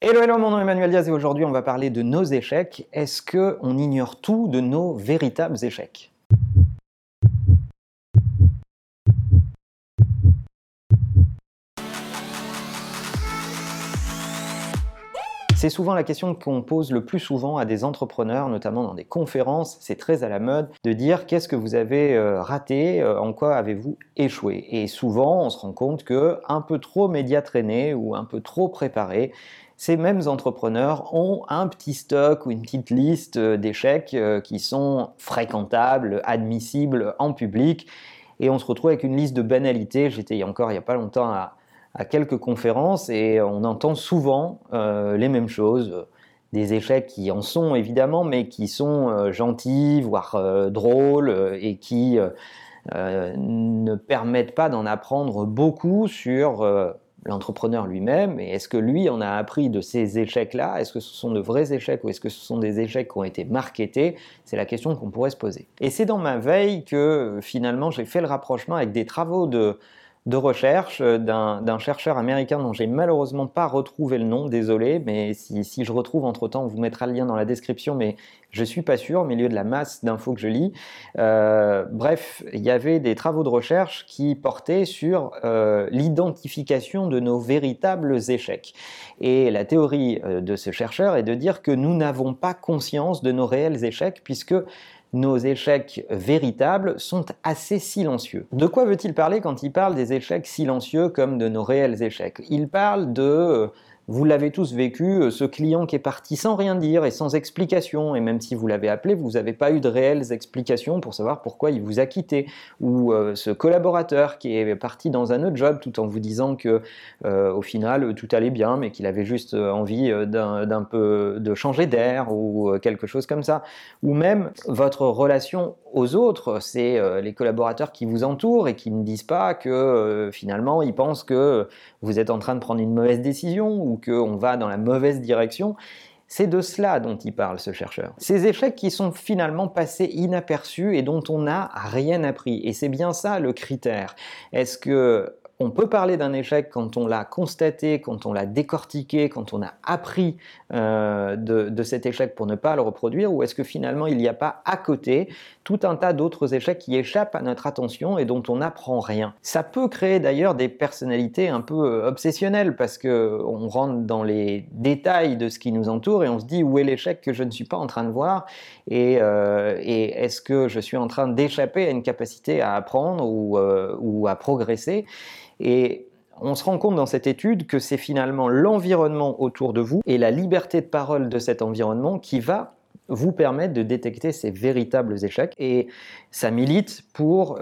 Hello, hello, mon nom est Emmanuel Diaz et aujourd'hui on va parler de nos échecs. Est-ce qu'on ignore tout de nos véritables échecs ? C'est souvent la question qu'on pose le plus souvent à des entrepreneurs, notamment dans des conférences, c'est très à la mode, de dire qu'est-ce que vous avez raté, en quoi avez-vous échoué. Et souvent on se rend compte qu'un peu trop médiatraîné ou un peu trop préparé, ces mêmes entrepreneurs ont un petit stock ou une petite liste d'échecs qui sont fréquentables, admissibles en public, et on se retrouve avec une liste de banalités. J'étais encore il n'y a pas longtemps à quelques conférences et on entend souvent les mêmes choses, des échecs qui en sont évidemment, mais qui sont gentils, voire drôles, et qui ne permettent pas d'en apprendre beaucoup sur l'entrepreneur lui-même. Et est-ce que lui en a appris de ces échecs-là ? Est-ce que ce sont de vrais échecs ou est-ce que ce sont des échecs qui ont été marketés ? C'est la question qu'on pourrait se poser. Et c'est dans ma veille que finalement j'ai fait le rapprochement avec des travaux de recherche d'un chercheur américain dont j'ai malheureusement pas retrouvé le nom, désolé, mais si je retrouve entre-temps, on vous mettra le lien dans la description, mais je suis pas sûr, au milieu de la masse d'infos que je lis. Bref, il y avait des travaux de recherche qui portaient sur l'identification de nos véritables échecs. Et la théorie de ce chercheur est de dire que nous n'avons pas conscience de nos réels échecs, puisque nos échecs véritables sont assez silencieux. De quoi veut-il parler quand il parle des échecs silencieux comme de nos réels échecs ? Il parle de, vous l'avez tous vécu, ce client qui est parti sans rien dire et sans explication, et même si vous l'avez appelé, vous n'avez pas eu de réelles explications pour savoir pourquoi il vous a quitté, ou ce collaborateur qui est parti dans un autre job tout en vous disant que au final tout allait bien, mais qu'il avait juste envie d'un peu de changer d'air ou quelque chose comme ça, ou même votre relation aux autres, c'est les collaborateurs qui vous entourent et qui ne disent pas que finalement ils pensent que vous êtes en train de prendre une mauvaise décision ou qu'on va dans la mauvaise direction. C'est de cela dont il parle, ce chercheur. Ces échecs qui sont finalement passés inaperçus et dont on n'a rien appris. Et c'est bien ça le critère. Est-ce que on peut parler d'un échec quand on l'a constaté, quand on l'a décortiqué, quand on a appris de cet échec pour ne pas le reproduire, ou est-ce que finalement il n'y a pas à côté tout un tas d'autres échecs qui échappent à notre attention et dont on n'apprend rien ? Ça peut créer d'ailleurs des personnalités un peu obsessionnelles parce qu'on rentre dans les détails de ce qui nous entoure et on se dit où est l'échec que je ne suis pas en train de voir et est-ce que je suis en train d'échapper à une capacité à apprendre ou à progresser ? Et on se rend compte dans cette étude que c'est finalement l'environnement autour de vous et la liberté de parole de cet environnement qui va vous permettre de détecter ces véritables échecs. Et ça milite pour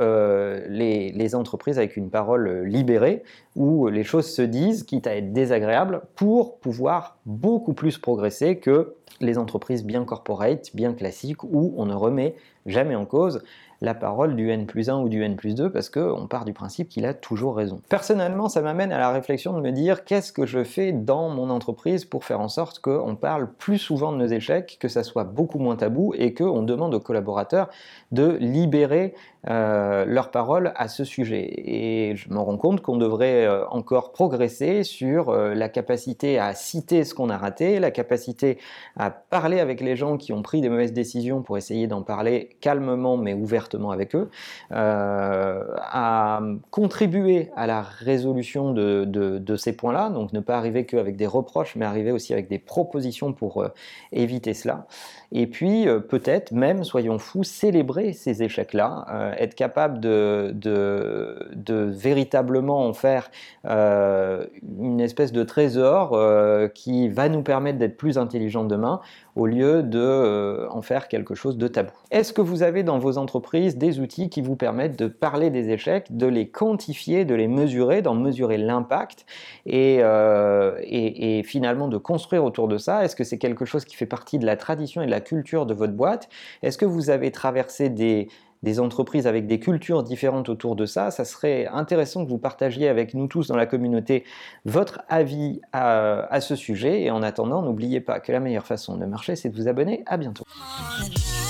les entreprises avec une parole libérée, où les choses se disent, quitte à être désagréables, pour pouvoir beaucoup plus progresser que les entreprises bien corporate, bien classiques, où on ne remet jamais en cause la parole du N+1 ou du N+2 parce qu'on part du principe qu'il a toujours raison. Personnellement, ça m'amène à la réflexion de me dire qu'est-ce que je fais dans mon entreprise pour faire en sorte qu'on parle plus souvent de nos échecs, que ça soit beaucoup moins tabou et qu'on demande aux collaborateurs de libérer leur parole à ce sujet. Et je me rends compte qu'on devrait encore progresser sur la capacité à citer ce qu'on a raté, la capacité à parler avec les gens qui ont pris des mauvaises décisions pour essayer d'en parler calmement mais ouvertement avec eux, à contribuer à la résolution de ces points-là, donc ne pas arriver qu'avec des reproches mais arriver aussi avec des propositions pour éviter cela. Et puis peut-être même, soyons fous, célébrer ces échecs-là, être capable de véritablement en faire une espèce de trésor qui va nous permettre d'être plus intelligents demain au lieu en faire quelque chose de tabou. Est-ce que vous avez dans vos entreprises des outils qui vous permettent de parler des échecs, de les quantifier, de les mesurer, d'en mesurer l'impact et finalement de construire autour de ça? Est-ce que c'est quelque chose qui fait partie de la tradition et de la culture de votre boîte? Est-ce que vous avez traversé des entreprises avec des cultures différentes autour de ça? Ça serait intéressant que vous partagiez avec nous tous dans la communauté votre avis à ce sujet. Et en attendant, n'oubliez pas que la meilleure façon de marcher, c'est de vous abonner. À bientôt.